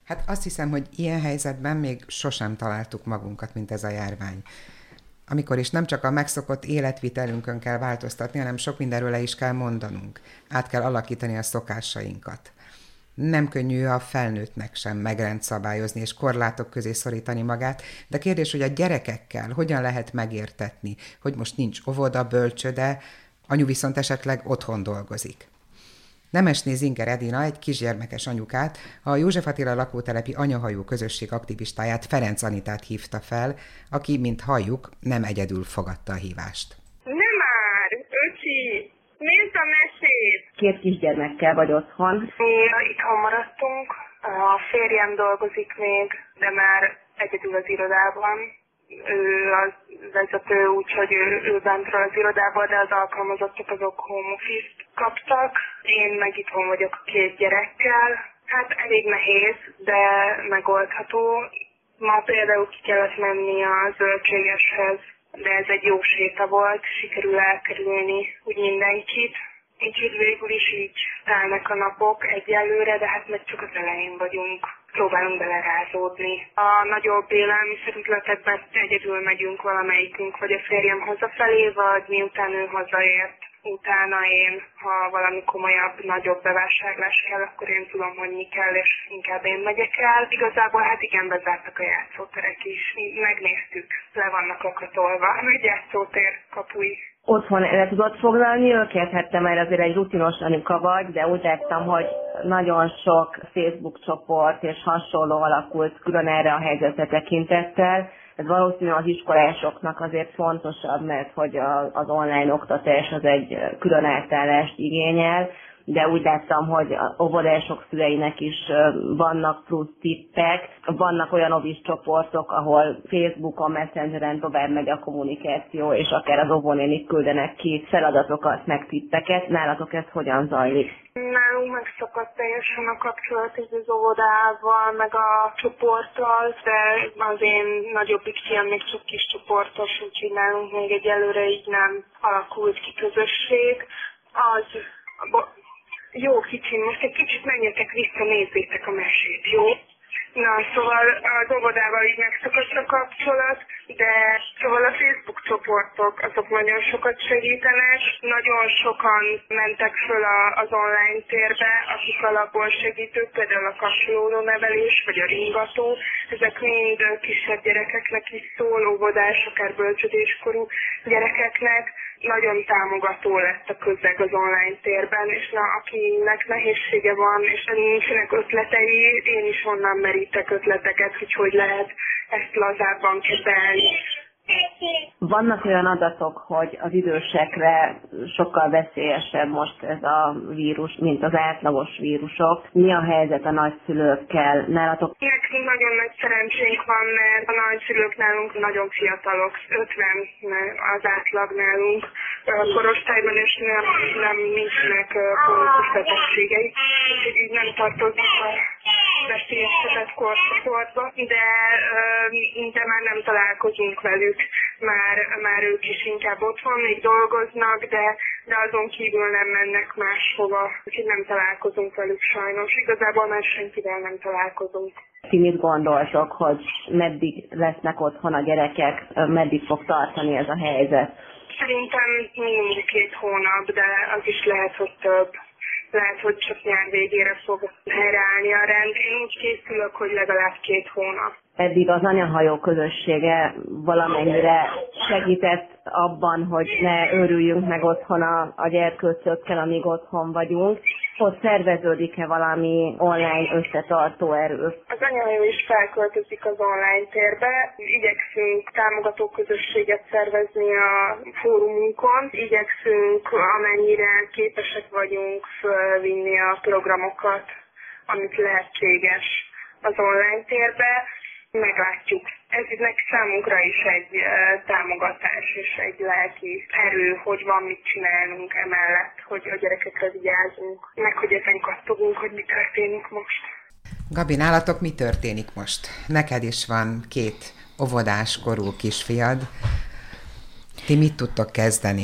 Hát azt hiszem, hogy ilyen helyzetben még sosem találtuk magunkat, mint ez a járvány. Amikor is nem csak a megszokott életvitelünkön kell változtatni, hanem sok mindenről le is kell mondanunk. Át kell alakítani a szokásainkat. Nem könnyű a felnőttnek sem megrendszabályozni és korlátok közé szorítani magát, de kérdés, hogy a gyerekekkel hogyan lehet megértetni, hogy most nincs óvoda, bölcsöde, anyu viszont esetleg otthon dolgozik. Nemesné Zinger Edina, egy kisgyermekes anyukát, a József Attila lakótelepi anyahajó közösség aktivistáját, Ferenc Anitát hívta fel, aki, mint halljuk, nem egyedül fogadta a hívást. Nem már, öcsi, nézd a mesét! 2 kisgyermekkel vagy otthon. Mi itthon maradtunk, a férjem dolgozik még, de már egyedül az irodában. Ő az vezető, úgyhogy ő bentről az irodából, de az alkalmazottak azok home office-t kaptak. Én meg itthon vagyok a 2 gyerekkel. Hát elég nehéz, de megoldható. Ma például ki kellett menni a zöldségeshez, de ez egy jó séta volt, sikerül elkerülni úgy mindenkit. Úgyhogy végül is így telnek a napok egyelőre, de hát meg csak az elején vagyunk. Próbálunk belerázódni. A nagyobb élelmiszerüzletekben egyedül megyünk valamelyikünk, vagy a férjem hazafelé, vagy miután ő hazaért. Utána én, ha valami komolyabb, nagyobb bevásárlás kell, akkor én tudom, hogy mi kell, és inkább én megyek el. Igazából hát igen, bezártak a játszóterek is. Megnéztük, le vannak akatolva. Egy játszótér kapui. Otthon el tudod foglalni őket? Hát te már azért egy rutinos anyuka vagy, de úgy láttam, hogy nagyon sok Facebook csoport és hasonló alakult külön erre a helyzetre tekintettel. Ez valószínűleg az iskolásoknak azért fontosabb, mert hogy az online oktatás az egy külön átállást igényel, de úgy láttam, hogy óvodások szüleinek is vannak plusz tippek, vannak olyan óvis csoportok, ahol Facebookon, Messengeren tovább megy a kommunikáció, és akár az óvónénik küldenek ki feladatokat, meg tippeket. Nálatok ez hogyan zajlik? Nálunk megszakadt teljesen a kapcsolat az óvodával, meg a csoporttal, de az én nagyobbik fiam még csak kis csoportos, úgyhogy nálunk még egyelőre így nem alakult ki közösség. Jó kicsim, most egy kicsit menjetek vissza, nézzétek a mesét, jó? Na, szóval az óvodával így megszakadt a kapcsolat, de szóval a Facebook csoportok, azok nagyon sokat segítenek. Nagyon sokan mentek föl az online térbe, akik alapból segítők, például a kapcsolódó nevelés, vagy a ringató. Ezek mind kisebb gyerekeknek is szól, óvodás, akár bölcsödéskorú gyerekeknek. Nagyon támogató lett a közeg az online térben, és akinek nehézsége van, és nincsenek ötletei, én is onnan merítek ötleteket, hogy lehet ezt lazábban kezelni. Vannak olyan adatok, hogy az idősekre sokkal veszélyesebb most ez a vírus, mint az átlagos vírusok. Mi a helyzet a nagyszülőkkel? Nálatok? Nekünk nagyon nagy szerencsénk van, mert a nagyszülők nálunk nagyon fiatalok, 50 az átlag nálunk korosztályban, és nem nincsenek krónikus betegségei, úgyhogy így nem tartozik a veszélyeztetett korcsoportba, de már nem találkozunk velük, már ők is inkább otthon még dolgoznak, de azon kívül nem mennek máshova, úgyhogy nem találkozunk velük sajnos. Igazából már senkivel nem találkozunk. Ti mit gondoltok, hogy meddig lesznek otthon a gyerekek, meddig fog tartani ez a helyzet? Szerintem minimum 2 hónap, de az is lehet, hogy több. Lehet, hogy csak nyár végére fog helyreállni a rend. Én úgy készülök, hogy legalább 2 hónap. Eddig az anyahajó közössége valamennyire segített abban, hogy ne őrüljünk meg otthon a gyerkőcökkel, amíg otthon vagyunk. Ott szerveződik-e valami online összetartó erő? Az anyahajó is felköltözik az online térbe. Igyekszünk támogató közösséget szervezni a fórumunkon. Igyekszünk, amennyire képesek vagyunk, fölvinni a programokat, amit lehetséges az online térbe. Meglátjuk. Ez számunkra is egy támogatás és egy lelki erő, hogy van mit csinálnunk emellett, hogy a gyerekekre vigyázunk, meg hogy ezen kattogunk, hogy mi történik most. Gabi, nálatok mi történik most? Neked is van 2 óvodás korú kisfiad. Ti mit tudtok kezdeni a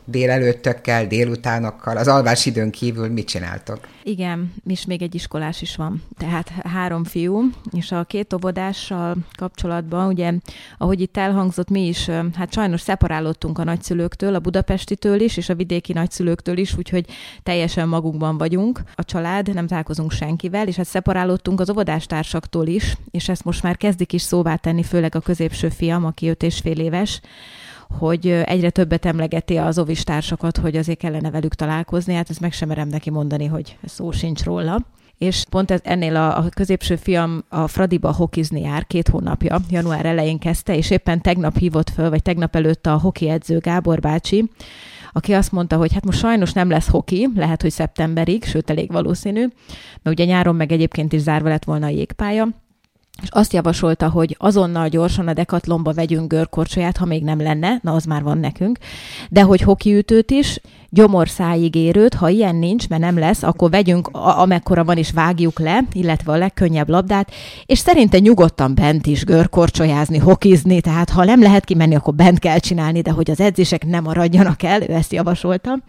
délelőttökkel, délutánokkal, az alvásidőn kívül mit csináltok? Igen, és még egy iskolás is van. Tehát 3 fiú, és a 2 óvodással kapcsolatban, ugye, ahogy itt elhangzott, mi is, hát sajnos szeparálódtunk a nagyszülőktől, a budapestitől is, és a vidéki nagyszülőktől is, úgyhogy teljesen magunkban vagyunk. A család, nem találkozunk senkivel, és hát szeparálódtunk az óvodástársaktól is, és ezt most már kezdik is szóvá tenni, főleg a középső fiam, aki 5,5 éves, hogy egyre többet emlegeti az ovistársakat, hogy azért kellene velük találkozni, hát ezt meg sem merem neki mondani, hogy szó sincs róla. És pont ennél a középső fiam a Fradiba hokizni jár 2 hónapja, január elején kezdte, és éppen tegnap hívott föl, vagy tegnap előtt a hoki edző Gábor bácsi, aki azt mondta, hogy hát most sajnos nem lesz hoki, lehet, hogy szeptemberig, sőt elég valószínű, mert ugye nyáron meg egyébként is zárva lett volna a jégpálya, és azt javasolta, hogy azonnal gyorsan a Decathlonba vegyünk görkorcsolyát, ha még nem lenne, na az már van nekünk, de hogy hokiütőt is, gyomorszájig érőt, ha ilyen nincs, mert nem lesz, akkor vegyünk amekkora van és vágjuk le, illetve a legkönnyebb labdát, és szerintem nyugodtan bent is görkorcsolyázni, hokizni, tehát ha nem lehet kimenni, akkor bent kell csinálni, de hogy az edzések nem maradjanak el, ő ezt javasolta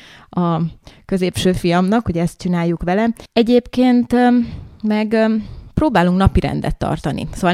a középső fiamnak, hogy ezt csináljuk vele. Egyébként meg próbálunk napirendet tartani. Szóval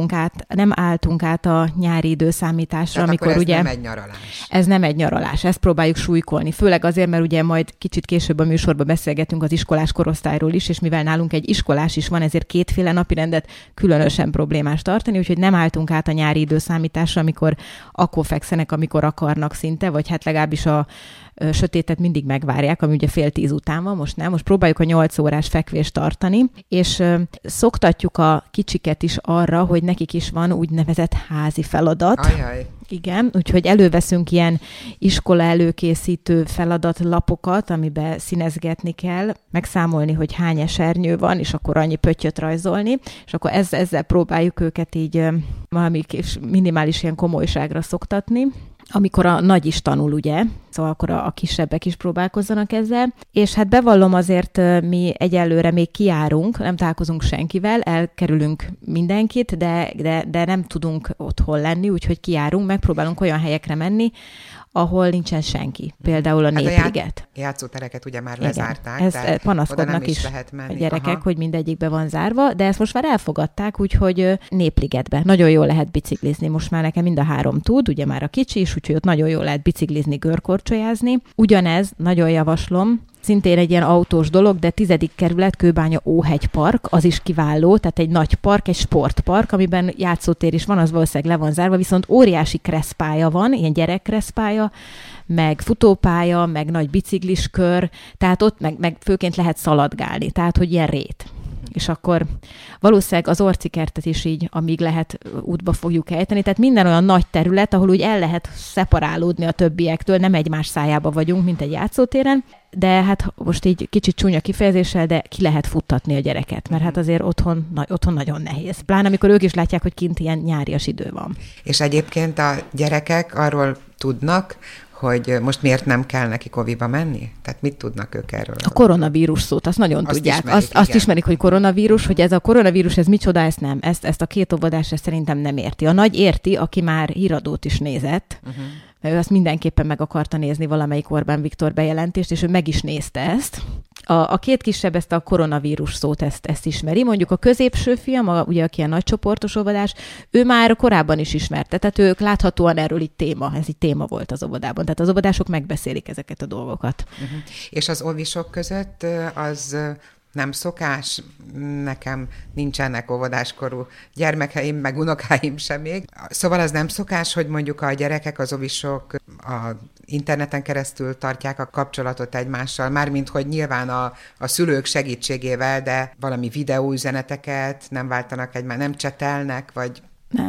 nem álltunk át a nyári időszámításra, tehát amikor ez ugye... nem egy nyaralás. Ez nem egy nyaralás, ezt próbáljuk súlykolni. Főleg azért, mert ugye majd kicsit később a műsorban beszélgetünk az iskolás korosztályról is, és mivel nálunk egy iskolás is van, ezért 2 napirendet különösen problémás tartani, úgyhogy nem álltunk át a nyári időszámításra, amikor akkor fekszenek, amikor akarnak szinte, vagy hát legalábbis a sötétet mindig megvárják, ami ugye 9:30 után van, most nem. Most próbáljuk a 8 órás fekvést tartani, és szoktatjuk a kicsiket is arra, hogy nekik is van úgynevezett házi feladat. Ajaj. Igen, úgyhogy előveszünk ilyen iskola előkészítő feladatlapokat, amiben színezgetni kell, megszámolni, hogy hány esernyő van, és akkor annyi pöttyöt rajzolni, és akkor ezzel próbáljuk őket így valami minimális ilyen komolyságra szoktatni. Amikor a nagy is tanul, ugye, szóval akkor a kisebbek is próbálkozzanak ezzel, és hát bevallom azért mi egyelőre még kijárunk, nem találkozunk senkivel, elkerülünk mindenkit, de nem tudunk otthon lenni, úgyhogy kijárunk, megpróbálunk olyan helyekre menni, ahol nincsen senki, például a Népliget. Játszótereket ugye már lezárták. Ezt panaszkodnak is lehet menni. A gyerekek, hogy mindegyikbe van zárva, de ezt most már elfogadták, úgyhogy Népligetbe nagyon jól lehet biciklizni. Most már nekem mind a 3 tud, ugye már a kicsi is, úgyhogy ott nagyon jól lehet biciklizni, görkorcsolyázni. Ugyanez, nagyon javaslom, szintén egy ilyen autós dolog, de 10. kerület, Kőbánya Óhegy Park, az is kiváló, tehát egy nagy park, egy sportpark, amiben játszótér is van, az valószínűleg le van zárva, viszont óriási kresszpálya van, ilyen gyerekkresszpálya, meg futópálya, meg nagy bicikliskör, tehát ott meg főként lehet szaladgálni, tehát hogy ilyen rét. És akkor valószínűleg az Orcikertet is így, amíg lehet, útba fogjuk ejteni. Tehát minden olyan nagy terület, ahol úgy el lehet szeparálódni a többiektől, nem egymás szájába vagyunk, mint egy játszótéren, de hát most így kicsit csúnya kifejezéssel, de ki lehet futtatni a gyereket, mert hát azért otthon nagyon nehéz. Pláne amikor ők is látják, hogy kint ilyen nyárias idő van. És egyébként a gyerekek arról tudnak, hogy most miért nem kell neki koviba menni? Tehát mit tudnak ők erről? A koronavírus szót, azt nagyon tudják. Azt ismerik, hogy koronavírus, hogy ez a koronavírus, ez micsoda, ezt nem. Ezt a 2 óvodás szerintem nem érti. A nagy érti, aki már híradót is nézett, mert ő azt mindenképpen meg akarta nézni valamelyik Orbán Viktor bejelentést, és ő meg is nézte ezt. A 2 kisebb ezt a koronavírus szót, ezt ismeri. Mondjuk a középső fiam, ugye aki a nagycsoportos óvodás, ő már korábban is ismerte. Tehát ők láthatóan erről így téma, ez így téma volt az óvodában. Tehát az óvodások megbeszélik ezeket a dolgokat. És az óvisok között az nem szokás, nekem nincsenek óvodáskorú gyermekeim, meg unokáim sem még. Szóval az nem szokás, hogy mondjuk a gyerekek, az óvisok a interneten keresztül tartják a kapcsolatot egymással, mármint hogy nyilván a szülők segítségével, de valami videóüzeneteket nem váltanak egymást, nem csetelnek, vagy...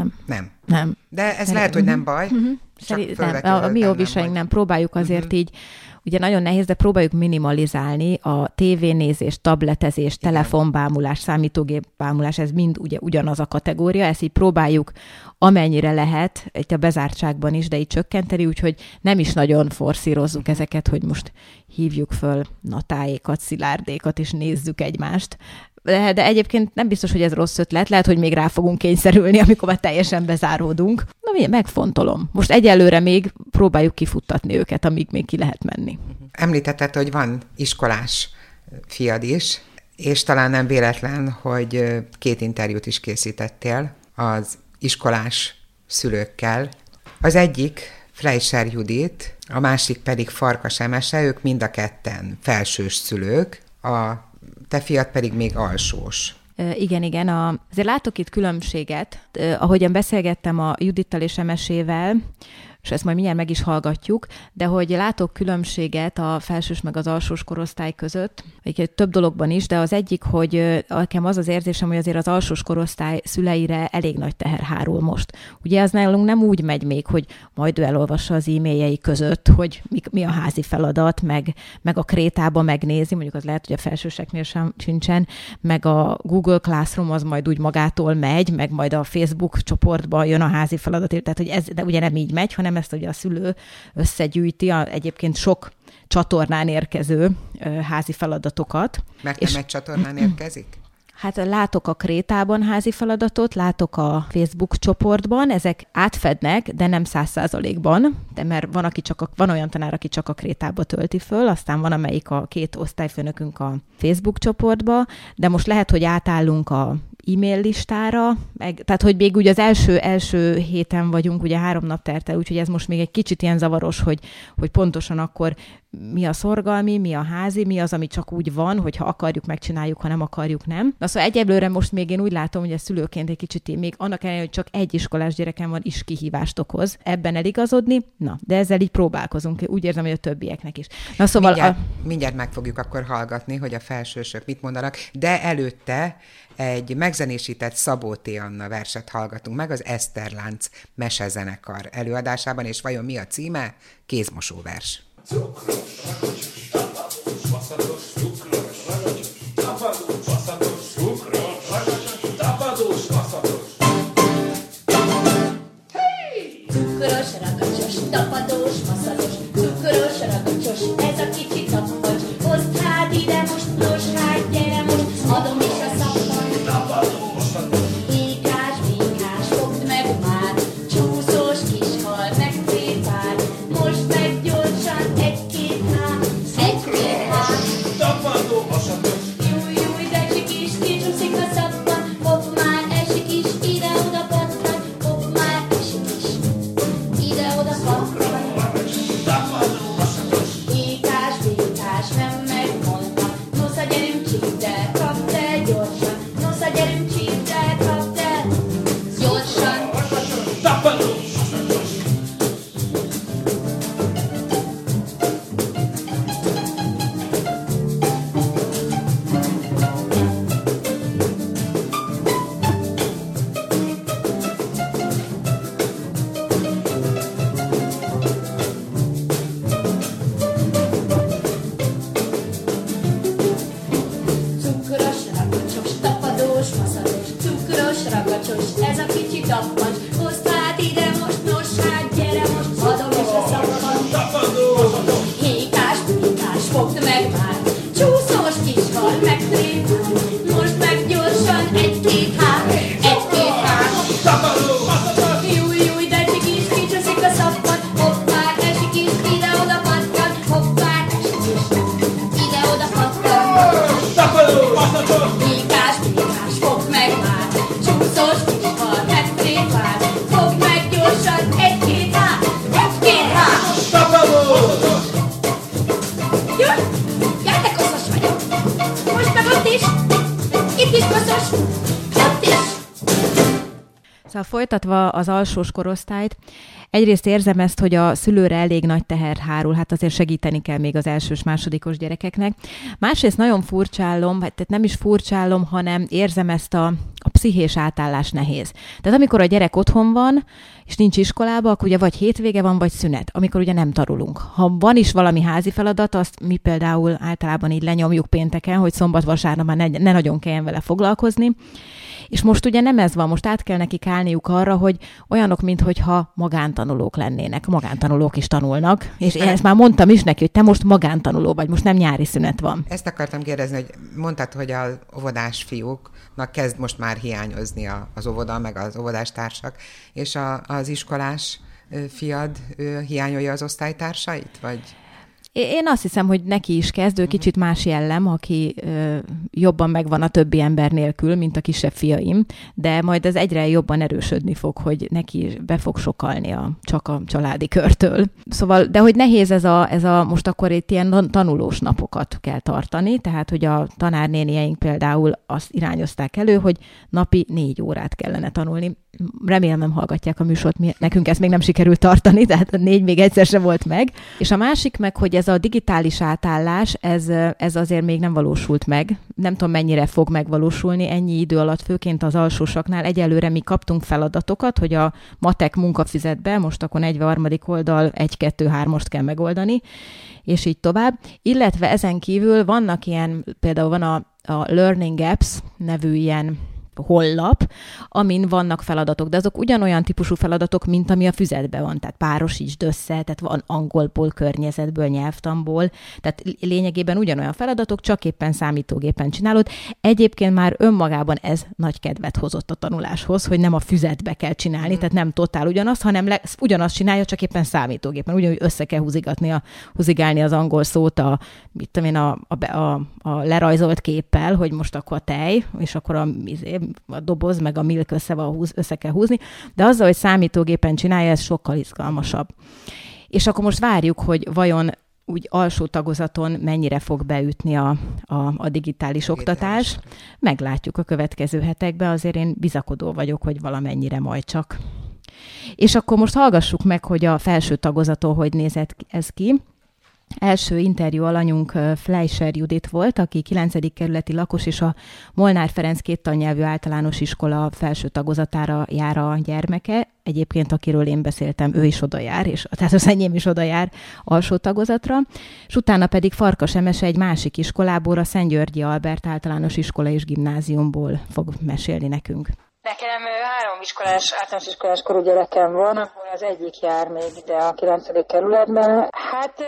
Nem. De ez lehet, hogy nem baj. A mi óvisaink nem. Próbáljuk azért így, ugye nagyon nehéz, de próbáljuk minimalizálni a tévénézés, tabletezés, telefonbámulás, számítógépbámulás, ez mind ugye ugyanaz a kategória, ezt így próbáljuk amennyire lehet, itt a bezártságban is, de így csökkenteni, úgyhogy nem is nagyon forszírozzuk ezeket, hogy most hívjuk föl Natáékat, Szilárdékat, és nézzük egymást. De egyébként nem biztos, hogy ez rossz ötlet, lehet, hogy még rá fogunk kényszerülni, amikor már teljesen bezáródunk. Na, megfontolom. Most egyelőre még próbáljuk kifuttatni őket, amíg még ki lehet menni. Említetted, hogy van iskolás fiad is, és talán nem véletlen, hogy 2 interjút is készítettél az iskolás szülőkkel. Az egyik Fleischer Judit, a másik pedig Farkas Emese, ők mind a ketten felsős szülők, a te fiad pedig még alsós. Igen. Azért látok itt különbséget. Ahogyan beszélgettem a Judittal és Emesével, és ezt majd mindjárt meg is hallgatjuk, de hogy látok különbséget a felsős meg az alsós korosztály között, több dologban is, de az egyik, hogy nekem az az érzésem, hogy azért az alsós korosztály szüleire elég nagy teher hárul most. Ugye az nálunk nem úgy megy még, hogy majd ő elolvassa az e-mailjei között, hogy mi a házi feladat, meg a Krétába megnézi, mondjuk az lehet, hogy a felsőseknél sem sincsen, meg a Google Classroom az majd úgy magától megy, meg majd a Facebook csoportba jön a házi feladat, tehát hogy ez de ugye nem így megy, hanem ezt ugye a szülő összegyűjti egyébként sok csatornán érkező házi feladatokat. Mert nem egy csatornán érkezik? Hát látok a Krétában házi feladatot, látok a Facebook csoportban, ezek átfednek, de nem 100%-ban, de mert van olyan tanár, aki csak a Krétába tölti föl, aztán van, amelyik a 2 osztályfőnökünk a Facebook csoportba, de most lehet, hogy átállunk a e-mail listára, tehát hogy még ugye az első héten vagyunk, ugye 3 nap telt el, úgyhogy ez most még egy kicsit ilyen zavaros, hogy pontosan akkor mi a szorgalmi, mi a házi, mi az, ami csak úgy van, hogy ha akarjuk, megcsináljuk, ha nem akarjuk, nem. Na szóval egyelőre most még én úgy látom, hogy a szülőként egy kicsit még annak ellenére, hogy csak egy iskolás gyerekem van, is kihívást okoz ebben eligazodni. Na, de ezzel így próbálkozunk. Úgy érzem, hogy a többieknek is. Na szóval mindjárt meg fogjuk akkor hallgatni, hogy a felsősök mit mondanak, de előtte egy megzenésített Szabó T. Anna verset hallgatunk meg az Eszterlánc mesezenekar előadásában, és vajon mi a címe? Kézmosóvers. Cukros, ragacsos, tapadós, vaszatos, cukros, ragacsos, tapadós, vaszatos, cukros, ragacsos, tapadós, vaszatos. Hey! Cukros, ragacsos, tapadós, vaszatos, cukros, ragacsos, ez a kicsi tapacs. Hozd rád ide most, nos rád, gyere most, adom is a szappan. Tapadós, vaszatos. Ékás, békás, fogd meg már, csúszós kis hal, megtépál. Most meg gyorsan, 1-2 há, 1-2 há. Tapadó, vaszatos. Júj, de csikis, kicsúszik a szappan, hopp már esik is, ide-oda pattan, hopp már esik is, ide-oda pattan. Tapadó, vaszatos. Ékás, békás, nem megmondta, nosza gyerünk csípd el, kapd el gyorsan, nosza gyerünk csípd el, kapd el gyorsan. Tapadó, vaszatos. Cukros, ragacsos, tapadós, vaszatos, cukros, ragacsos, ez a kicsi tapacs. Hozd hát ide most, nos hát, gyere most, adom is a szappan. Tapadó, vaszatos. Hékás, békás, fogd meg már, csúszós kis hal, megtrépál. Most meg gyorsan, 1-2 há, 1-2 há. Tapadó, vaszatos. Júj, de csikis, kicsúszik a szappan, hopp már esik is, ide-oda pattan, hopp már esik is, ide-oda pattan. Tapadó, vaszatos. Békás, békás, fogd meg már, csúszós kis hal, megtrépál. Fogd meg gyorsan, 1-2 há, 1-2 há. Tapadó, vaszatos. Jaj, de koszos vagyok. Most meg ott is, itt is koszos, ott is. Szóval folytatva az alsós korosztályt, egyrészt érzem ezt, hogy a szülőre elég nagy teher hárul, hát azért segíteni kell még az elsős, másodikos gyerekeknek. Másrészt nagyon furcsálom, tehát nem is furcsálom, hanem érzem ezt a pszichés átállás nehéz. Tehát amikor a gyerek otthon van, és nincs iskolába, akkor ugye vagy hétvége van, vagy szünet, amikor ugye nem tanulunk. Ha van is valami házi feladat, azt mi például általában így lenyomjuk pénteken, hogy szombat-vasárnap már ne nagyon kelljen vele foglalkozni. És most ugye nem ez van, most át kell nekik állniuk arra, hogy olyanok, minthogyha magántanulók lennének. Magántanulók is tanulnak, és én ezt már mondtam is neki, hogy te most magántanuló vagy, most nem nyári szünet van. Ezt akartam kérdezni, hogy mondtad, hogy az óvodás fiúknak kezd most már hiányozni az óvoda, meg az óvodástársak, és az iskolás fiad hiányolja az osztálytársait, vagy... Én azt hiszem, hogy neki is kezdő, kicsit más jellem, aki jobban megvan a többi ember nélkül, mint a kisebb fiaim, de majd ez egyre jobban erősödni fog, hogy neki be fog sokalni csak a családi körtől. Szóval, de hogy nehéz ez a most akkor itt ilyen tanulós napokat kell tartani, tehát hogy a tanárnénieink például azt irányozták elő, hogy napi 4 órát kellene tanulni. Remélem nem hallgatják a műsort, nekünk ezt még nem sikerült tartani, tehát a 4 még egyszer se volt meg. És a másik meg, hogy ez a digitális átállás, ez azért még nem valósult meg. Nem tudom, mennyire fog megvalósulni ennyi idő alatt, főként az alsósaknál. Egyelőre mi kaptunk feladatokat, hogy a matek munkafüzetbe, most akkor 43. oldal 1-2-3-ost kell megoldani, és így tovább. Illetve ezen kívül vannak ilyen, például van a Learning Apps nevű ilyen hollap, amin vannak feladatok, de azok ugyanolyan típusú feladatok, mint ami a füzetben van, tehát párosítsd össze, tehát van angolból, környezetből, nyelvtanból, tehát lényegében ugyanolyan feladatok, csak éppen számítógépen csinálod. Egyébként már önmagában ez nagy kedvet hozott a tanuláshoz, hogy nem a füzetbe kell csinálni, tehát nem totál ugyanaz, hanem ugyanazt csinálja, csak éppen számítógépen. Ugyanúgy össze kell húzigálni az angol szót a lerajzolt képpel, hogy most akkor a tej, és akkor a doboz, meg a milk össze kell húzni, de azzal, hogy számítógépen csinálja, ez sokkal izgalmasabb. És akkor most várjuk, hogy vajon úgy alsó tagozaton mennyire fog beütni a digitális oktatás. Meglátjuk a következő hetekben, azért én bizakodó vagyok, hogy valamennyire majd csak. És akkor most hallgassuk meg, hogy a felső tagozaton hogy nézett ez ki. Első interjú alanyunk Fleischer Judit volt, aki 9. kerületi lakos, és a Molnár Ferenc kéttannyelvű általános iskola felső tagozatára jár a gyermeke. Egyébként, akiről én beszéltem, ő is oda jár, és tehát az enyém is oda jár alsó tagozatra. És utána pedig Farkas Emese egy másik iskolából, a Szentgyörgyi Albert általános iskola és gimnáziumból fog mesélni nekünk. Nekem 3 általános iskolás korú gyerekem van, ahol az egyik jár még ide a 9. kerületben. Hát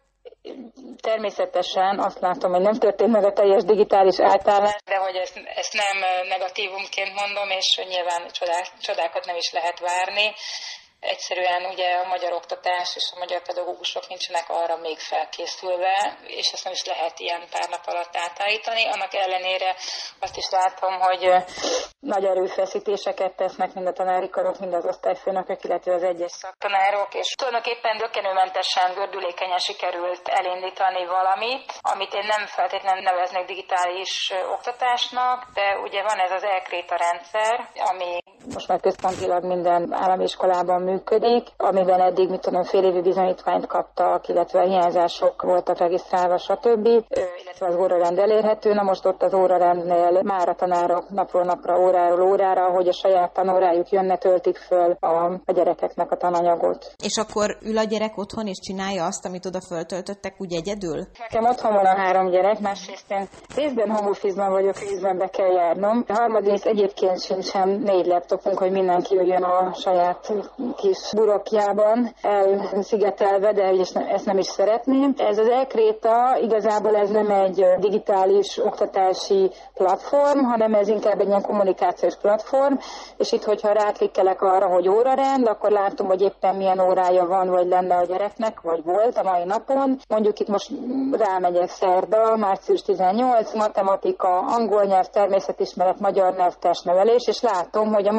természetesen azt látom, hogy nem történt meg a teljes digitális átállás, de hogy ezt nem negatívumként mondom, és nyilván csodákat nem is lehet várni. Egyszerűen ugye a magyar oktatás és a magyar pedagógusok nincsenek arra még felkészülve, és ezt nem is lehet ilyen pár nap alatt átállítani. Annak ellenére azt is látom, hogy nagy erőfeszítéseket tesznek mind a tanári karok, mind az osztályfőnökök, illetve az egyes szaktanárok, és tulajdonképpen dökkenőmentesen, gördülékenyen sikerült elindítani valamit, amit én nem feltétlenül neveznék digitális oktatásnak, de ugye van ez az e-kréta rendszer, ami most már központilag minden állami iskolában működik, amiben eddig, fél évi bizonyítványt kaptak, illetve a hiányzások voltak regisztrálva, stb., illetve az órarend elérhető. Na most ott az órarendnél már a tanárok napról napra, óráról órára, hogy a saját tanórájuk jönne, töltik föl a gyerekeknek a tananyagot. És akkor ül a gyerek otthon és csinálja azt, amit oda föltöltöttek úgy egyedül? Nekem otthon van a 3 gyerek, másrészt én részben home office-ban vagyok, részben be kell járnom. A harmadrészt egyébként sincsen 4 laptopunk, hogy mindenki üljön a saját kis burokjában elszigetelve, de ezt nem is szeretném. Ez az e-kréta igazából ez nem egy digitális oktatási platform, hanem ez inkább egy ilyen kommunikációs platform, és itt, hogyha ráklikkelek arra, hogy órarend, akkor látom, hogy éppen milyen órája van, vagy lenne a gyereknek, vagy volt a mai napon. Mondjuk itt most rámegyek szerda, március 18, matematika, angol nyelv, természetismeret, magyar nyelv, testnevelés, és látom, hogy a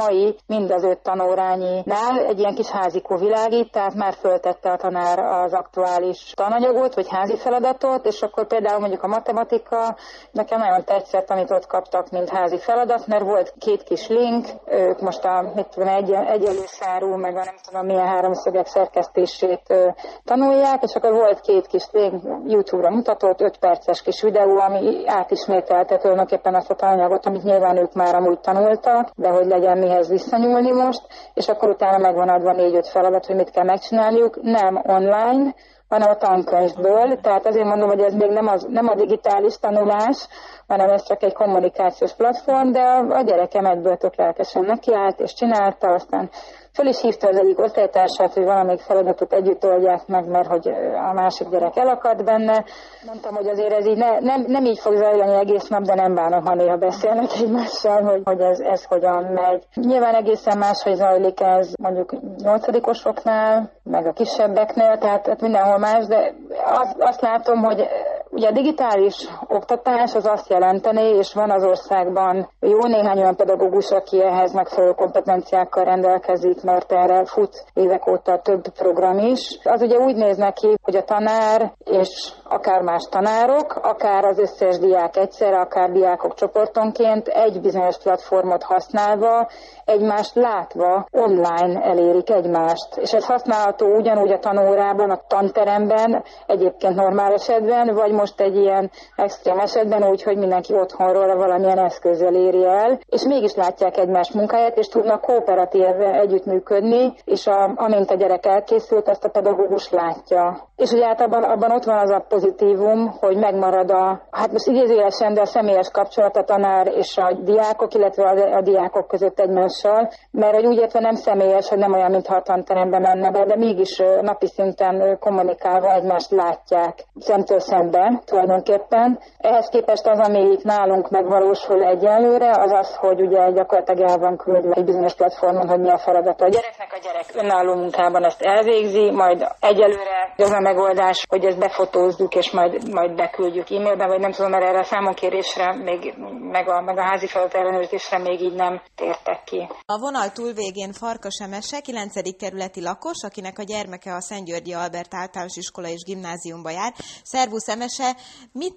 mai mind az 5 tanóránynál egy ilyen kis házikó világít, tehát már föltette a tanár az aktuális tananyagot, vagy házi feladatot, és akkor például mondjuk a matematika, nekem nagyon tetszett, amit ott kaptak, mint házi feladat, mert volt 2 kis link, ők most a egyenlőszárú, meg a nem tudom milyen háromszögek szerkesztését tanulják, és akkor volt 2 kis link, YouTube-ra mutatott, 5 perces kis videó, ami átismételte tulajdonképpen azt a tananyagot, amit nyilván ők már amúgy tanultak, de hogy legyen mihez visszanyúlni most, és akkor utána megvan adva 4-5 feladat, hogy mit kell megcsinálniuk, nem online, hanem a tankönyvből, tehát azért mondom, hogy ez még nem a digitális tanulás, hanem ez csak egy kommunikációs platform, de a gyerekem egyből tök lelkesen nekiállt és csinálta, aztán föl is hívta az egyik osztálytársát, hogy valamelyik feladatot együtt oldják meg, mert hogy a másik gyerek elakadt benne. Mondtam, hogy azért ez így nem így fog zajlani egész nap, de nem bánom, ha néha beszélnek egymással, hogy ez hogyan megy. Nyilván egészen máshogy zajlik ez mondjuk 8-osoknál, meg a kisebbeknél, tehát mindenhol más, de azt látom, hogy ugye a digitális oktatás az azt jelenteni, és van az országban jó néhány olyan pedagógus, aki ehhez megfelelő kompetenciákkal rendelkezik, mert erre fut évek óta több program is. Az ugye úgy néz neki, hogy a tanár és akár más tanárok, akár az összes diák egyszerre, akár diákok csoportonként egy bizonyos platformot használva, egymást látva online elérik egymást. És ez használható ugyanúgy a tanórában, a tanteremben, egyébként normál esetben, vagy most egy ilyen extrém esetben úgy, hogy mindenki otthonról valamilyen eszközzel éri el, és mégis látják egymás munkáját, és tudnak kooperatív együttműködni, és amint a gyerek elkészült, azt a pedagógus látja. És ugye általában abban ott van az a pozitívum, hogy megmarad hát most idézőjelesen, de a személyes kapcsolat a tanár és a diákok, illetve a diákok között egymással, mert hogy úgy értve nem személyes, hogy nem olyan, mintha a tanteremben menne be, de mégis napi szinten kommunikálva egymást látják szemtől szemben tulajdonképpen. Ehhez képest az, ami itt nálunk megvalósul egyelőre, az az, hogy ugye gyakorlatilag el van küldve egy bizonyos platformon, hogy mi a feladata a gyereknek. A gyerek önálló munkában ezt elvégzi, majd egyelőre az a megoldás, hogy ezt befotózzuk, és majd beküldjük e-mailben, vagy nem tudom, mert erre a számonkérésre, meg a házi feladat ellenőrzésre még így nem tértek ki. A vonal túlvégén Farkas Emese, 9. kerületi lakos, akinek a gyermeke a Szentgyörgyi Albert általános iskola és gimnáziumba jár. Szervusz Emese, mit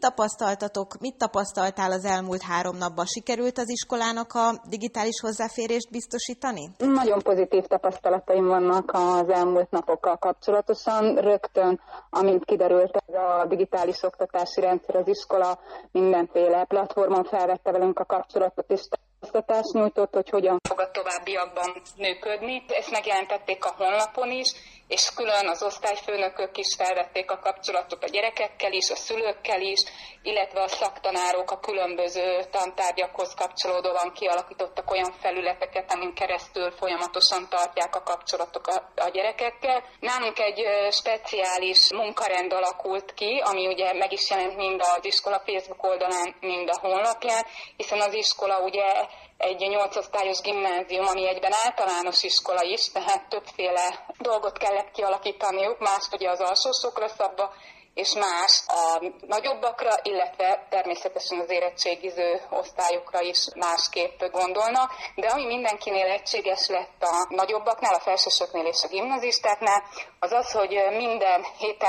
tapasztaltál az elmúlt 3 napban? Sikerült az iskolának a digitális hozzáférést biztosítani? Nagyon pozitív tapasztalataim vannak az elmúlt napokkal kapcsolatosan. Rögtön, amint kiderült ez a digitális oktatási rendszer, az iskola mindenféle platformon felvette velünk a kapcsolatot, és tájékoztatást nyújtott, hogy hogyan fog a továbbiakban működni. Ezt megjelentették a honlapon is, és külön az osztályfőnökök is felvették a kapcsolatot a gyerekekkel is, a szülőkkel is, illetve a szaktanárok a különböző tantárgyakhoz kapcsolódóan kialakítottak olyan felületeket, amin keresztül folyamatosan tartják a kapcsolatok a gyerekekkel. Nálunk egy speciális munkarend alakult ki, ami ugye meg is jelent mind az iskola Facebook oldalán, mind a honlapján, hiszen az iskola ugye egy 8 osztályos gimnázium, ami egyben általános iskola is, tehát többféle dolgot kellett kialakítaniuk, más ugye az alsósokra szabva, és más a nagyobbakra, illetve természetesen az érettségiző osztályokra is másképp gondolnak, de ami mindenkinél egységes lett a nagyobbaknál, a felsősöknél és a gimnazistáknál, az az, hogy minden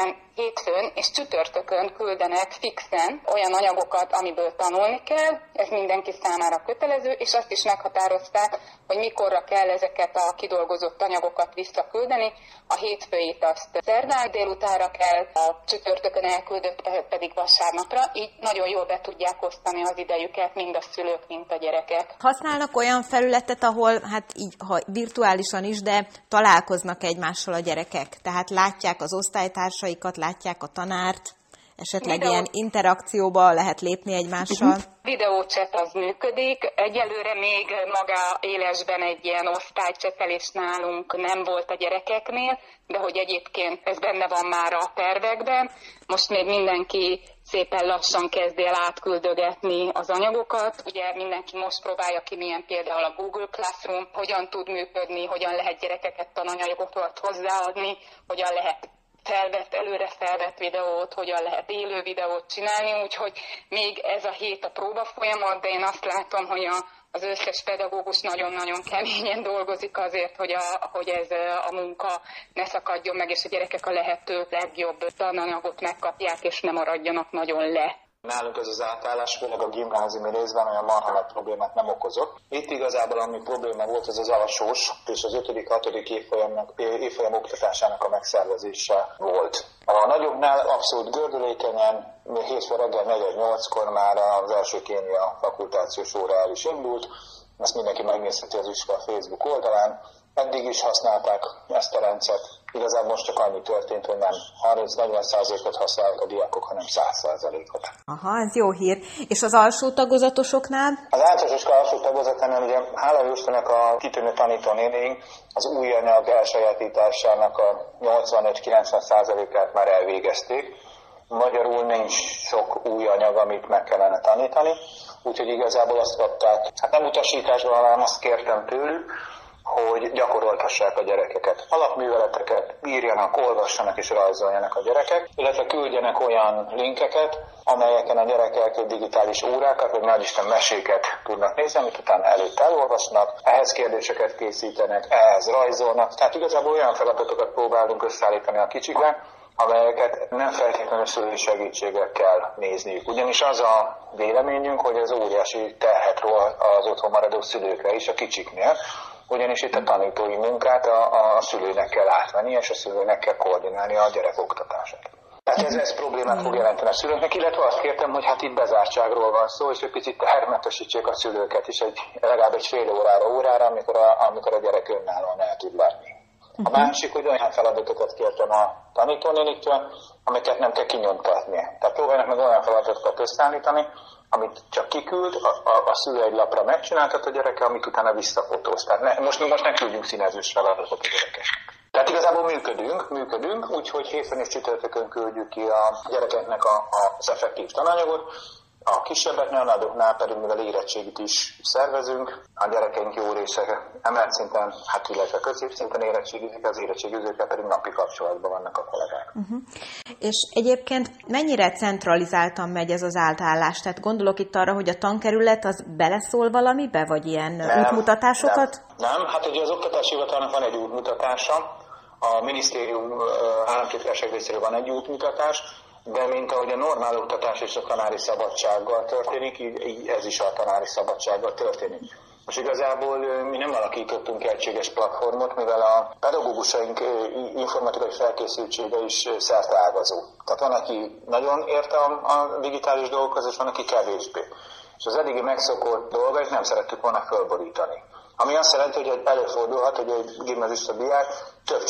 hétfőn és csütörtökön küldenek fixen olyan anyagokat, amiből tanulni kell, ez mindenki számára kötelező, és azt is meghatározták, hogy mikorra kell ezeket a kidolgozott anyagokat visszaküldeni. A hétfőit azt szerdán délutánra kell, a csütörtökön elküldött pedig vasárnapra, így nagyon jól be tudják osztani az idejüket mind a szülők, mind a gyerekek. Használnak olyan felületet, ahol hát így, ha virtuálisan is, de találkoznak egymással a gyerekek? Tehát látják az osztálytársaikat, látják a tanárt, esetleg ilyen interakcióba lehet lépni egymással? Videócset az működik. Egyelőre még maga élesben egy ilyen osztálycsetelés nálunk nem volt a gyerekeknél, de hogy egyébként ez benne van már a tervekben. Most még mindenki szépen lassan kezd el átküldögetni az anyagokat. Ugye mindenki most próbálja ki, milyen például a Google Classroom, hogyan tud működni, hogyan lehet gyerekeket tananyagokat hozzáadni, hogyan lehet előre felvett videót, hogyan lehet élő videót csinálni, úgyhogy még ez a hét a próba folyamat, de én azt látom, hogy az összes pedagógus nagyon-nagyon keményen dolgozik azért, hogy ez a munka ne szakadjon meg, és a gyerekek a lehető legjobb tananyagot megkapják, és ne maradjanak nagyon le. Nálunk ez az átállás, főleg a gimnáziumi részben olyan marha nagy problémát nem okozott. Itt igazából ami probléma volt, ez az alsós és az 5.-6. évfolyam oktatásának a megszervezése volt. A nagyobbnál abszolút gördülékenyen, hétfő reggel 4-8-kor már az első kémia fakultációs óra el is indult. Ezt mindenki megnézheti az iskola Facebook oldalán. Eddig is használták ezt a rendszert. Igazából most csak annyi történt, hogy nem 30-40%-ot használnak a diákok, hanem 100%-ot. Aha, ez jó hír. És az alsó tagozatosoknál? Az általános iskola alsó tagozatánál ugye hála Jóistennek a kitűnő tanítónénéink az új anyag elsajátításának a 85-90%-át már elvégezték. Magyarul nincs sok új anyag, amit meg kellene tanítani, úgyhogy igazából azt kapták, hát nem utasításban, hanem azt kértem tőlük, hogy gyakoroltassák a gyerekeket. Alapműveleteket írjanak, olvassanak és rajzoljanak a gyerekek, illetve küldjenek olyan linkeket, amelyeken a gyerekek digitális órákat, vagy nagyisten meséket tudnak nézni, amit utána előtt elolvasnak, ehhez kérdéseket készítenek, ehhez rajzolnak. Tehát igazából olyan feladatokat próbálunk összeállítani a kicsikre, amelyeket nem feltétlenül szülői segítséggel kell nézniük. Ugyanis az a véleményünk, hogy ez óriási terhet ró az otthon maradó szülőkre is a kicsiknél, ugyanis itt a tanítói munkát a szülőnek kell átvenni, és a szülőnek kell koordinálni a gyerek oktatását. Tehát ez problémát fog jelenteni a szülőknek, illetve azt kértem, hogy hát itt bezártságról van szó, és egy picit terhetesítsék a szülőket is legalább egy fél órára, amikor a gyerek önállóan el tud lenni. A másik, hogy olyan feladatokat kértem a tanítónéniktől, amiket nem kell kinyomtatni. Tehát próbálnak meg olyan feladatokat összeállítani, amit csak kiküld, a szülő egy lapra megcsináltat a gyereke, amit utána visszafotóz. Tehát most ne küldjünk színezős feladatot a gyerekeknek. Tehát igazából működünk, úgyhogy hétfőn és csütörtökön küldjük ki a gyerekeknek az effektív tananyagot. A kisebbeknél, a nagyobbnál pedig, mivel érettségit is szervezünk, a gyerekeink jó része emelt szinten, hát illetve középszinten érettségizik, az érettségizőkkel pedig napi kapcsolatban vannak a kollégák. És egyébként mennyire centralizáltan megy ez az átállás? Tehát gondolok itt arra, hogy a tankerület az beleszól valamibe, vagy ilyen útmutatásokat? Nem, hát ugye az Oktatási Hivatalnak van egy útmutatása, a minisztérium államtitkárság részéről van egy útmutatás, de mint ahogy a normál oktatás és a tanári szabadsággal történik, így ez is a tanári szabadsággal történik. Most igazából mi nem alakítottunk egységes platformot, mivel a pedagógusaink informatikai felkészültsége is szerteágazó. Tehát van, aki nagyon ért a digitális dolgokhoz, és van, aki kevésbé. És az eddigi megszokott dolgait nem szerettük volna fölborítani. Ami azt jelenti, hogy előfordulhat, hogy egy gimnazista diák több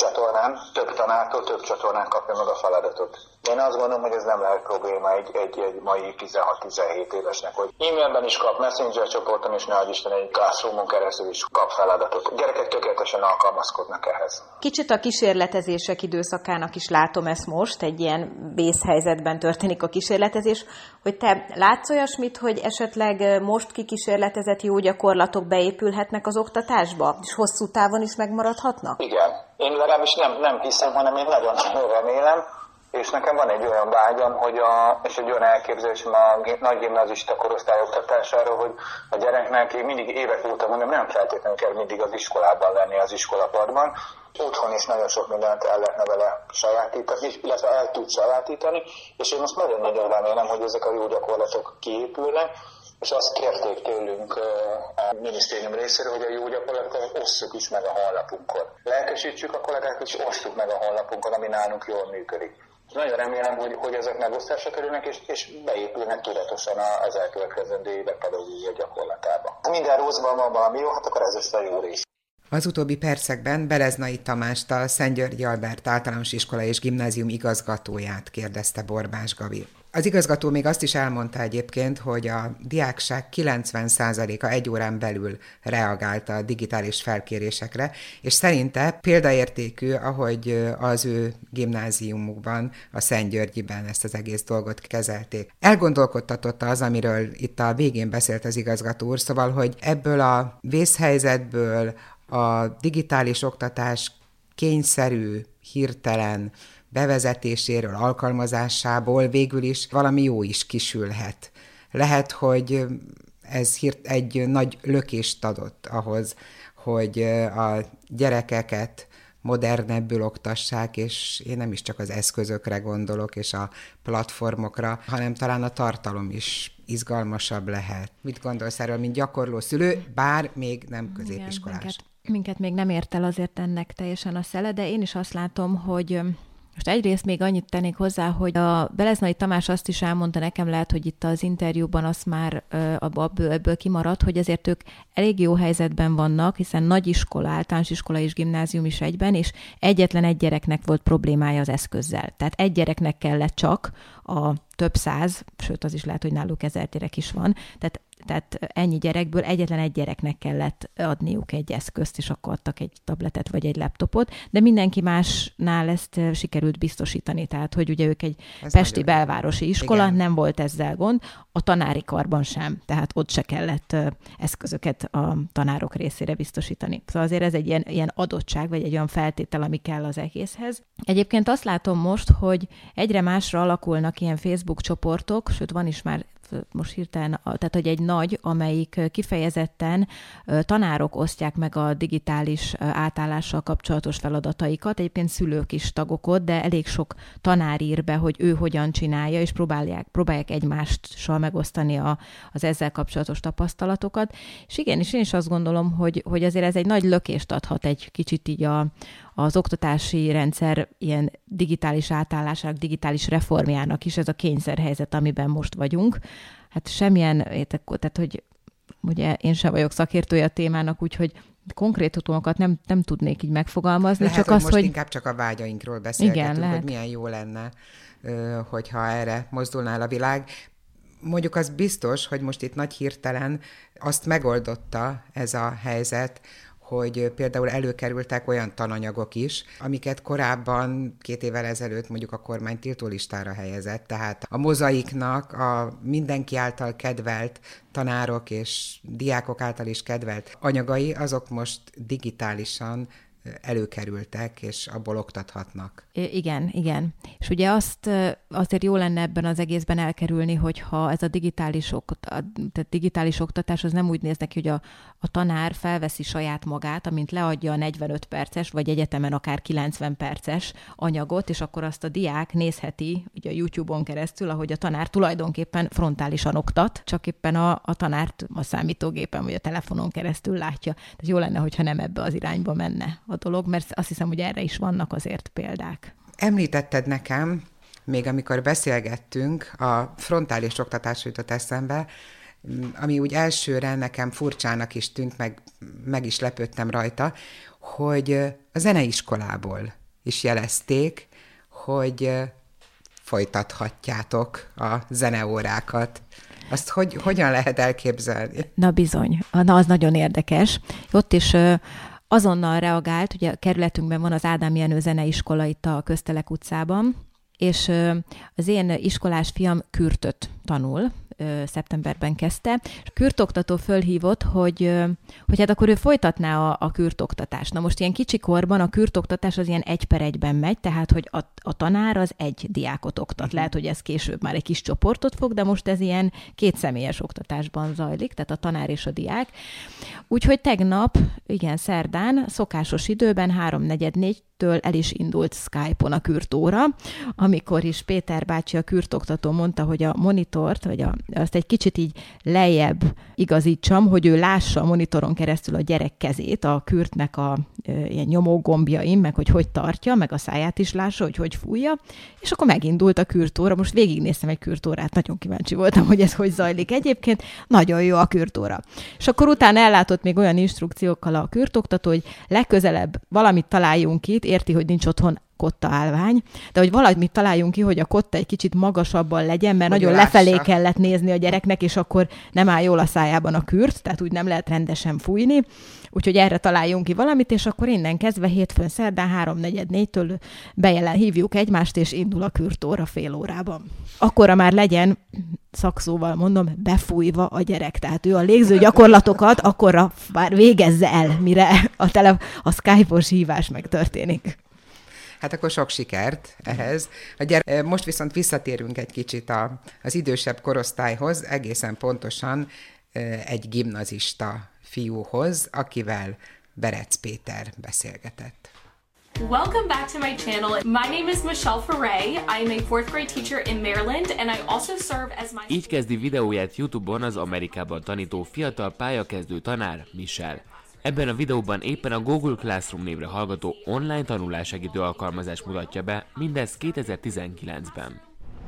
tanártól több csatornán kapja meg a feladatot. Én azt gondolom, hogy ez nem lehet probléma egy mai 16-17 évesnek, hogy e-mailben is kap, messenger csoporton is, ne adj Isten, egy Classroom-on keresztül is kap feladatot. A gyerekek tökéletesen alkalmazkodnak ehhez. Kicsit a kísérletezések időszakának is látom ezt most, egy ilyen vészhelyzetben történik a kísérletezés, hogy te látsz olyasmit, hogy esetleg most kikísérletezett jó gyakorlatok beépülhetnek az oktatásba, és hosszú távon is megmaradhatnak? Igen. Én legalábbis nem hiszem, hanem én nagyon remélem, és nekem van egy olyan vágyam, és egy olyan elképzelésem a nagy gimnazista korosztály oktatásáról, hogy a gyereknek, én mindig évek óta mondom, nem feltétlenül kell mindig az iskolában lenni, az iskolapadban. Otthon is nagyon sok mindent el lehetne vele sajátítani, illetve el tud sajátítani, és én most nagyon-nagyon remélem, hogy ezek a jó gyakorlatok kiépülnek, és azt kérték tőlünk a minisztérium részéről, hogy a jó gyakorlatokat osszuk is meg a honlapunkon. Lelkesítsük a kollégákat, és osszuk meg a honlapunkon, ami nálunk jól működik. Nagyon remélem, hogy ezek megosztásra kerülnek, és beépülnek tudatosan az elkövetkezendő évek pedagógiai gyakorlatába. Ha minden rosszban van valami jó, hát akkor ez is a jó rész. Az utóbbi percekben Bereznai Tamást, a Szentgyörgyi Albert Általános Iskola és Gimnázium igazgatóját kérdezte Borbás Gabi. Az igazgató még azt is elmondta egyébként, hogy a diákság 90%-a egy órán belül reagálta a digitális felkérésekre, és szerinte példaértékű, ahogy az ő gimnáziumukban, a Szentgyörgyiben ezt az egész dolgot kezelték. Elgondolkodtatott az, amiről itt a végén beszélt az igazgató úr, szóval, hogy ebből a vészhelyzetből a digitális oktatás kényszerű, hirtelen bevezetéséről, alkalmazásából végül is valami jó is kisülhet. Lehet, hogy Ez egy nagy lökést adott ahhoz, hogy a gyerekeket modernebbül oktassák, és én nem is csak az eszközökre gondolok, és a platformokra, hanem talán a tartalom is izgalmasabb lehet. Mit gondolsz erről, mint gyakorló szülő, bár még nem középiskolás? Igen, minket még nem ért el azért ennek teljesen a szele, de én is azt látom, hogy most egyrészt még annyit tennék hozzá, hogy a Beleznai Tamás azt is elmondta nekem, lehet, hogy itt az interjúban az már ebből kimaradt, hogy azért ők elég jó helyzetben vannak, hiszen nagyiskola, általános iskola és gimnázium is egyben, és egyetlen egy gyereknek volt problémája az eszközzel. Tehát egy gyereknek kellett csak a több száz, sőt az is lehet, hogy náluk 1000 gyerek is van, tehát ennyi gyerekből egyetlen egy gyereknek kellett adniuk egy eszközt, és akkor adtak egy tabletet vagy egy laptopot, de mindenki másnál ezt sikerült biztosítani. Tehát, hogy ugye ők egy pesti belvárosi iskola, igen, nem volt ezzel gond, a tanári karban sem, tehát ott se kellett eszközöket a tanárok részére biztosítani. Szóval azért ez egy ilyen adottság, vagy egy olyan feltétel, ami kell az egészhez. Egyébként azt látom most, hogy egyre másra alakulnak ilyen Facebook csoportok, sőt van is már most hirtelen, tehát hogy egy nagy, amelyik kifejezetten tanárok osztják meg a digitális átállással kapcsolatos feladataikat, egyébként szülők is tagok ott, de elég sok tanár ír be, hogy ő hogyan csinálja, és próbálják egymással megosztani az ezzel kapcsolatos tapasztalatokat. És igen, és én is azt gondolom, hogy azért ez egy nagy lökést adhat egy kicsit így az oktatási rendszer ilyen digitális átállásának, digitális reformjának is, ez a kényszerhelyzet, amiben most vagyunk. Hát semmilyen, tehát hogy ugye én sem vagyok szakértője a témának, úgyhogy konkrétumokat nem tudnék így megfogalmazni. Lehet, csak hogy az, most hogy inkább csak a vágyainkról beszélgetünk, igen, hogy milyen jó lenne, hogyha erre mozdulnál a világ. Mondjuk az biztos, hogy most itt nagy hirtelen azt megoldotta ez a helyzet, hogy például előkerültek olyan tananyagok is, amiket korábban 2 évvel ezelőtt mondjuk a kormány tiltólistára helyezett. Tehát a mozaiknak a mindenki által kedvelt tanárok és diákok által is kedvelt anyagai, azok most digitálisan előkerültek, és abból oktathatnak. Igen. És ugye azért jó lenne ebben az egészben elkerülni, hogyha ez a digitális oktatás az nem úgy néz neki, hogy a tanár felveszi saját magát, amint leadja a 45 perces, vagy egyetemen akár 90 perces anyagot, és akkor azt a diák nézheti ugye a YouTube-on keresztül, ahogy a tanár tulajdonképpen frontálisan oktat, csak éppen a tanárt a számítógépen vagy a telefonon keresztül látja. Tehát jó lenne, hogyha nem ebbe az irányba menne a dolog, mert azt hiszem, hogy erre is vannak azért példák. Említetted nekem, még amikor beszélgettünk, a frontális oktatás jutott eszembe, ami úgy elsőre nekem furcsának is tűnt, meg is lepődtem rajta, hogy a zeneiskolából is jelezték, hogy folytathatjátok a zeneórákat. Azt hogyan lehet elképzelni? Na bizony, az nagyon érdekes. Ott is azonnal reagált, ugye a kerületünkben van az Ádám Jenő zeneiskola itt a Köztelek utcában, és az én iskolás fiam kürtöt tanul, szeptemberben kezdte, és a kürtoktató fölhívott, hogy hát akkor ő folytatná a kürtoktatást. Na most ilyen kicsikorban a kürtoktatás az ilyen 1/1-ben megy, tehát hogy a tanár az egy diákot oktat. Lehet, hogy ez később már egy kis csoportot fog, de most ez ilyen 2 személyes oktatásban zajlik, tehát a tanár és a diák. Úgyhogy tegnap, igen, szerdán, szokásos időben 3:44-től el is indult Skype-on a kürtóra, amikor is Péter bácsi, a kürtoktató mondta, hogy a monitort, vagy azt egy kicsit így lejjebb igazítsam, hogy ő lássa a monitoron keresztül a gyerek kezét, a kürtnek a ilyen nyomógombjain, meg hogy tartja, meg a száját is lássa, hogy fújja, és akkor megindult a kürtóra. Most végignéztem egy kürtórát, nagyon kíváncsi voltam, hogy ez hogy zajlik egyébként. Nagyon jó a kürtóra. És akkor utána ellátott még olyan instrukciókkal a kürtoktató, hogy legközelebb valamit találjunk itt, érti, hogy nincs otthon kotta állvány, de hogy valamit találjunk ki, hogy a kotta egy kicsit magasabban legyen, mert nagyon lefelé kellett nézni a gyereknek, és akkor nem áll jól a szájában a kürt, tehát úgy nem lehet rendesen fújni. Úgyhogy erre találjunk ki valamit, és akkor innen kezdve hétfőn szerdán 3:44-től hívjuk egymást, és indul a kürtóra fél órában. Akkorra már legyen, szakszóval mondom, befújva a gyerek. Tehát ő a légző gyakorlatokat akkorra már végezze el, mire a Skype-os hívás megtörténik. Hát akkor sok sikert ehhez. Most viszont visszatérünk egy kicsit az idősebb korosztályhoz, egészen pontosan egy gimnazista fiúhoz, akivel Berec Péter beszélgetett. Welcome back to my channel. My name is Michelle Ferre. I am a 4th grade teacher in Maryland, and I also serve as my... Így kezdi videóját YouTube-on az Amerikában tanító fiatal pályakezdő tanár Michelle. Ebben a videóban éppen a Google Classroom névre hallgató online tanulássegítő alkalmazást mutatja be, mindez 2019-ben.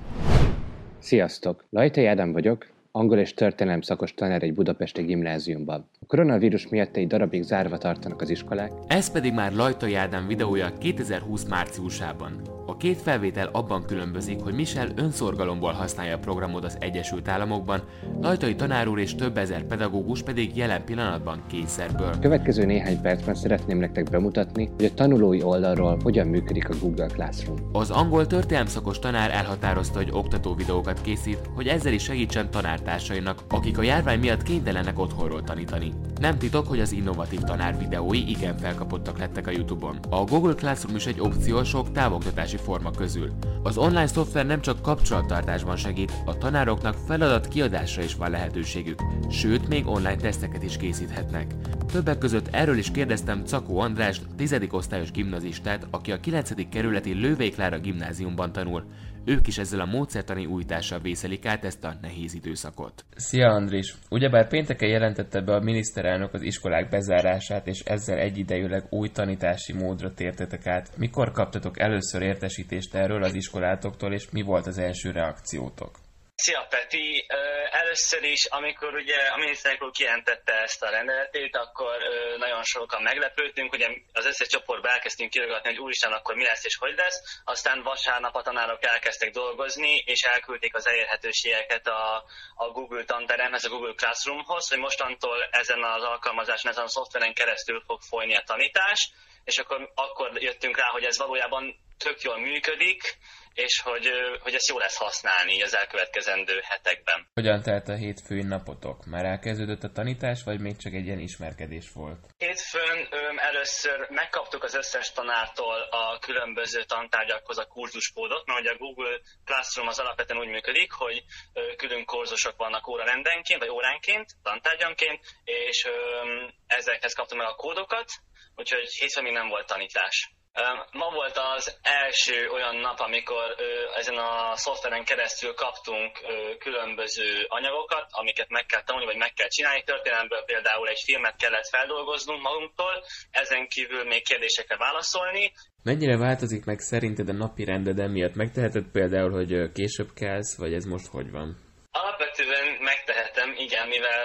Sziasztok! Lajtai Ádám vagyok, angol és történelem szakos tanár egy budapesti gimnáziumban. A koronavírus miatt egy darabig zárva tartanak az iskolák. Ez pedig már Lajtai Ádám videója 2020 márciusában. A két felvétel abban különbözik, hogy Michelle önszorgalomból használja a programot az Egyesült Államokban, Lajtai tanár úr és több ezer pedagógus pedig jelen pillanatban kényszerből. A következő néhány percben szeretném nektek bemutatni, hogy a tanulói oldalról hogyan működik a Google Classroom. Az angol történelemszakos tanár elhatározta, hogy oktató videókat készít, hogy ezzel is segítsen tanártársainak, akik a járvány miatt kénytelenek otthonról tanítani. Nem titok, hogy az innovatív tanár videói igen felkapottak lettek a YouTube-on. A Google Classroom is egy opció sok távoktatási forma közül. Az online szoftver nem csak kapcsolattartásban segít, a tanároknak feladat kiadásra is van lehetőségük, sőt még online teszteket is készíthetnek. Többek között erről is kérdeztem Czakó Andrást, 10. osztályos gimnazistát, aki a 9. kerületi Lővei Klára gimnáziumban tanul. Ők is ezzel a módszertani újítással vészelik át ezt a nehéz időszakot. Szia Andris! Ugyebár pénteken jelentette be a miniszterelnök az iskolák bezárását, és ezzel egyidejűleg új tanítási módra tértetek át. Mikor kaptatok először értesítést erről az iskolátoktól, és mi volt az első reakciótok? Szia Peti! Először is, amikor ugye a miniszterelnök úr kijelentette ezt a rendeletét, akkor nagyon sokan meglepődtünk, ugye az összes csoportba elkezdtünk kirogatni, hogy úristen, akkor mi lesz és hogy lesz. Aztán vasárnap a tanárok elkezdtek dolgozni, és elküldték az elérhetőségeket a Google tanteremhez, a Google Classroomhoz, hogy mostantól ezen az alkalmazáson, ezen a szoftveren keresztül fog folyni a tanítás, és akkor jöttünk rá, hogy ez valójában tök jól működik, és hogy ezt jó lesz használni az elkövetkezendő hetekben. Hogyan telt a hétfői napotok? Már elkezdődött a tanítás, vagy még csak egy ilyen ismerkedés volt? Hétfőn először megkaptuk az összes tanártól a különböző tantárgyakhoz a kurzuskódot, mert ugye a Google Classroom az alapvetően úgy működik, hogy külön kurzusok vannak órarendenként, vagy óránként, tantárgyanként, és ezekhez kaptam meg a kódokat, úgyhogy hétfőn még nem volt tanítás. Ma volt az első olyan nap, amikor ezen a szoftveren keresztül kaptunk különböző anyagokat, amiket meg kell tanulni, vagy meg kell csinálni. Történelemből például egy filmet kellett feldolgoznunk magunktól, ezen kívül még kérdésekre válaszolni. Mennyire változik meg szerinted a napi rended emiatt? Megteheted például, hogy később kelsz, vagy ez most hogy van? Alapvetően megtehetem, igen, mivel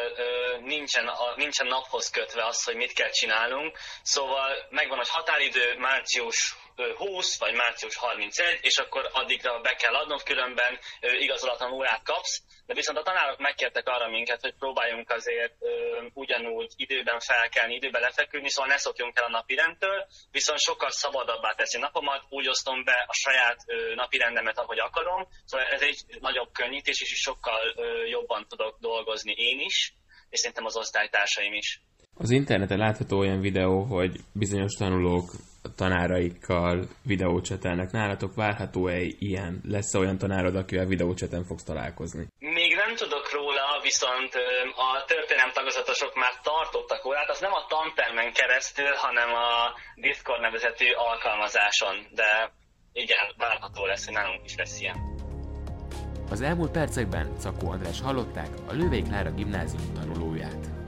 nincsen naphoz kötve az, hogy mit kell csinálnunk, szóval megvan, hogy határidő március 20 vagy március 31, és akkor addigra be kell adnod, különben igazolatlan órát kapsz, de viszont a tanárok megkértek arra minket, hogy próbáljunk azért ugyanúgy időben felkelni, időben lefeküdni, szóval ne szokjunk el a napirendtől, viszont sokkal szabadabbá teszi napomat, úgy osztom be a saját napirendemet, ahogy akarom, szóval ez egy nagyobb könnyítés, és sokkal jobban tudok dolgozni én is, és szerintem az osztálytársaim is. Az interneten látható olyan videó, hogy bizonyos tanulók tanáraikkal videócsetelnek. Nálatok várható-e ilyen? Lesz olyan tanárod, akivel videócseten fogsz találkozni? Még nem tudok róla, viszont a történelem tagozatosok már tartottak órát, az nem a tantermen keresztül, hanem a Discord nevezetű alkalmazáson, de igen, várható lesz, hogy nálunk is lesz ilyen. Az elmúlt percekben Czakó András hallották, a Lővei Klára gimnázium tanulóját.